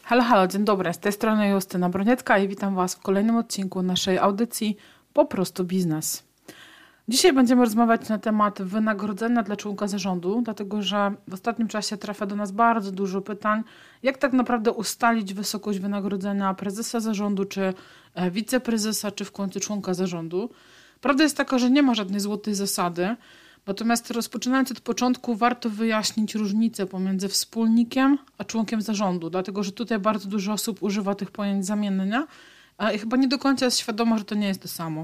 Halo, halo, dzień dobry. Z tej strony Justyna Broniecka i witam Was w kolejnym odcinku naszej audycji Po prostu biznes. Dzisiaj będziemy rozmawiać na temat wynagrodzenia dla członka zarządu, dlatego że w ostatnim czasie trafia do nas bardzo dużo pytań, jak tak naprawdę ustalić wysokość wynagrodzenia prezesa zarządu, czy wiceprezesa, czy w końcu członka zarządu. Prawda jest taka, że nie ma żadnej złotej zasady, natomiast rozpoczynając od początku warto wyjaśnić różnicę pomiędzy wspólnikiem a członkiem zarządu, dlatego że tutaj bardzo dużo osób używa tych pojęć zamiennie i chyba nie do końca jest świadoma, że to nie jest to samo.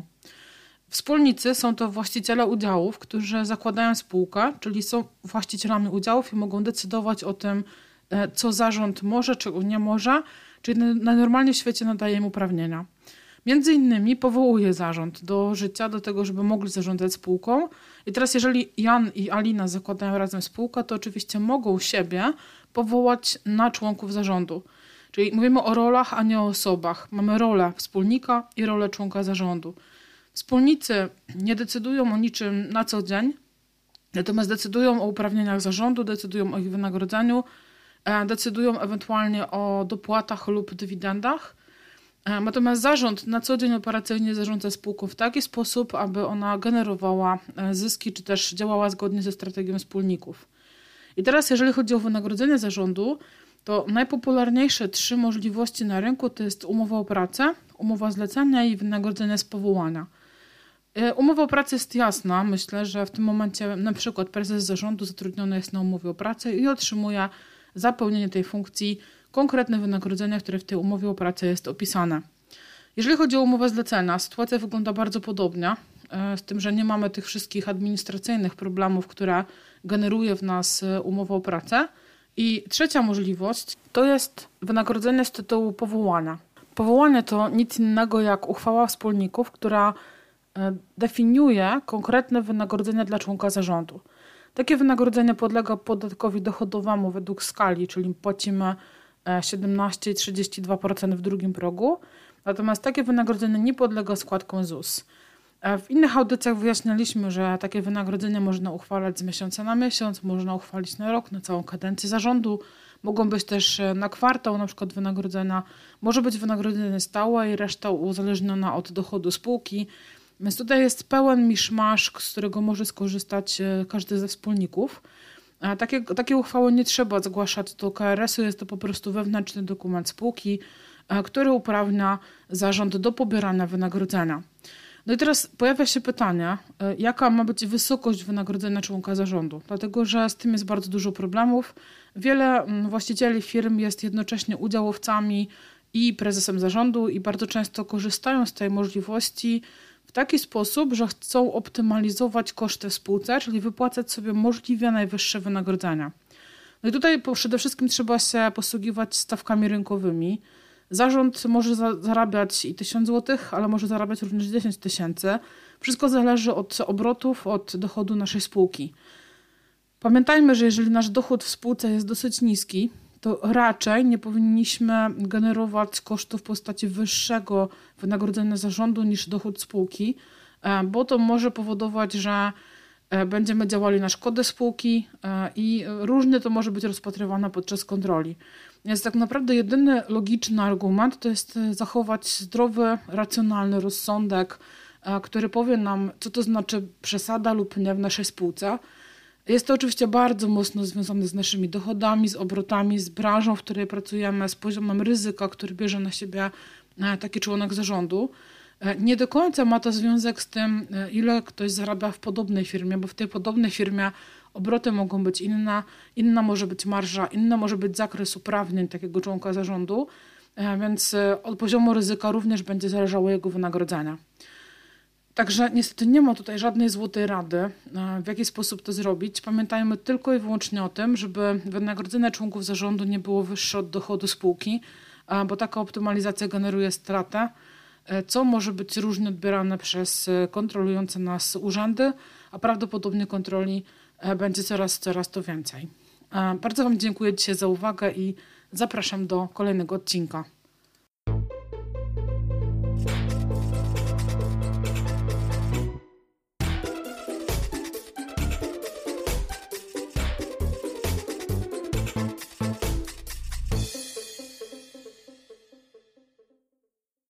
Wspólnicy są to właściciele udziałów, którzy zakładają spółkę, czyli są właścicielami udziałów i mogą decydować o tym, co zarząd może, czego nie może, czyli normalnie w świecie nadaje im uprawnienia. Między innymi powołuje zarząd do życia, do tego, żeby mogli zarządzać spółką. I teraz jeżeli Jan i Alina zakładają razem spółkę, to oczywiście mogą siebie powołać na członków zarządu. Czyli mówimy o rolach, a nie o osobach. Mamy rolę wspólnika i rolę członka zarządu. Wspólnicy nie decydują o niczym na co dzień, natomiast decydują o uprawnieniach zarządu, decydują o ich wynagrodzeniu, decydują ewentualnie o dopłatach lub dywidendach. Natomiast zarząd na co dzień operacyjnie zarządza spółką w taki sposób, aby ona generowała zyski, czy też działała zgodnie ze strategią wspólników. I teraz jeżeli chodzi o wynagrodzenie zarządu, to najpopularniejsze 3 możliwości na rynku to jest umowa o pracę, umowa zlecenia i wynagrodzenie z powołania. Umowa o pracę jest jasna. Myślę, że w tym momencie na przykład prezes zarządu zatrudniony jest na umowie o pracę i otrzymuje za pełnienie tej funkcji konkretne wynagrodzenie, które w tej umowie o pracę jest opisane. Jeżeli chodzi o umowę zlecenia, sytuacja wygląda bardzo podobnie, z tym, że nie mamy tych wszystkich administracyjnych problemów, które generuje w nas umowa o pracę. I trzecia możliwość to jest wynagrodzenie z tytułu powołania. Powołanie to nic innego jak uchwała wspólników, która definiuje konkretne wynagrodzenie dla członka zarządu. Takie wynagrodzenie podlega podatkowi dochodowemu według skali, czyli płacimy 17 i 32% w drugim progu, natomiast takie wynagrodzenie nie podlega składkom ZUS. W innych audycjach wyjaśnialiśmy, że takie wynagrodzenie można uchwalać z miesiąca na miesiąc, można uchwalić na rok, na całą kadencję zarządu, mogą być też na kwartał na przykład wynagrodzenia, może być wynagrodzenie stałe i reszta uzależniona od dochodu spółki. Więc tutaj jest pełen miszmasz, z którego może skorzystać każdy ze wspólników. Takie uchwały nie trzeba zgłaszać do KRS-u, jest to po prostu wewnętrzny dokument spółki, który uprawnia zarząd do pobierania wynagrodzenia. No i teraz pojawia się pytanie, jaka ma być wysokość wynagrodzenia członka zarządu, dlatego że z tym jest bardzo dużo problemów. Wiele właścicieli firm jest jednocześnie udziałowcami i prezesem zarządu i bardzo często korzystają z tej możliwości w taki sposób, że chcą optymalizować koszty w spółce, czyli wypłacać sobie możliwie najwyższe wynagrodzenia. No i tutaj przede wszystkim trzeba się posługiwać stawkami rynkowymi. Zarząd może zarabiać i 1000 zł, ale może zarabiać również 10 000. Wszystko zależy od obrotów, od dochodu naszej spółki. Pamiętajmy, że jeżeli nasz dochód w spółce jest dosyć niski, to raczej nie powinniśmy generować kosztów w postaci wyższego wynagrodzenia zarządu niż dochód spółki, bo to może powodować, że będziemy działali na szkodę spółki i różnie to może być rozpatrywane podczas kontroli. Więc tak naprawdę jedyny logiczny argument to jest zachować zdrowy, racjonalny rozsądek, który powie nam, co to znaczy przesada lub nie w naszej spółce. Jest to oczywiście bardzo mocno związane z naszymi dochodami, z obrotami, z branżą, w której pracujemy, z poziomem ryzyka, który bierze na siebie taki członek zarządu. Nie do końca ma to związek z tym, ile ktoś zarabia w podobnej firmie, bo w tej podobnej firmie obroty mogą być inne, inna może być marża, inny może być zakres uprawnień takiego członka zarządu, więc od poziomu ryzyka również będzie zależało jego wynagrodzenia. Także niestety nie ma tutaj żadnej złotej rady, w jaki sposób to zrobić. Pamiętajmy tylko i wyłącznie o tym, żeby wynagrodzenie członków zarządu nie było wyższe od dochodu spółki, bo taka optymalizacja generuje stratę, co może być różnie odbierane przez kontrolujące nas urzędy, a prawdopodobnie kontroli będzie coraz to więcej. Bardzo Wam dziękuję dzisiaj za uwagę i zapraszam do kolejnego odcinka.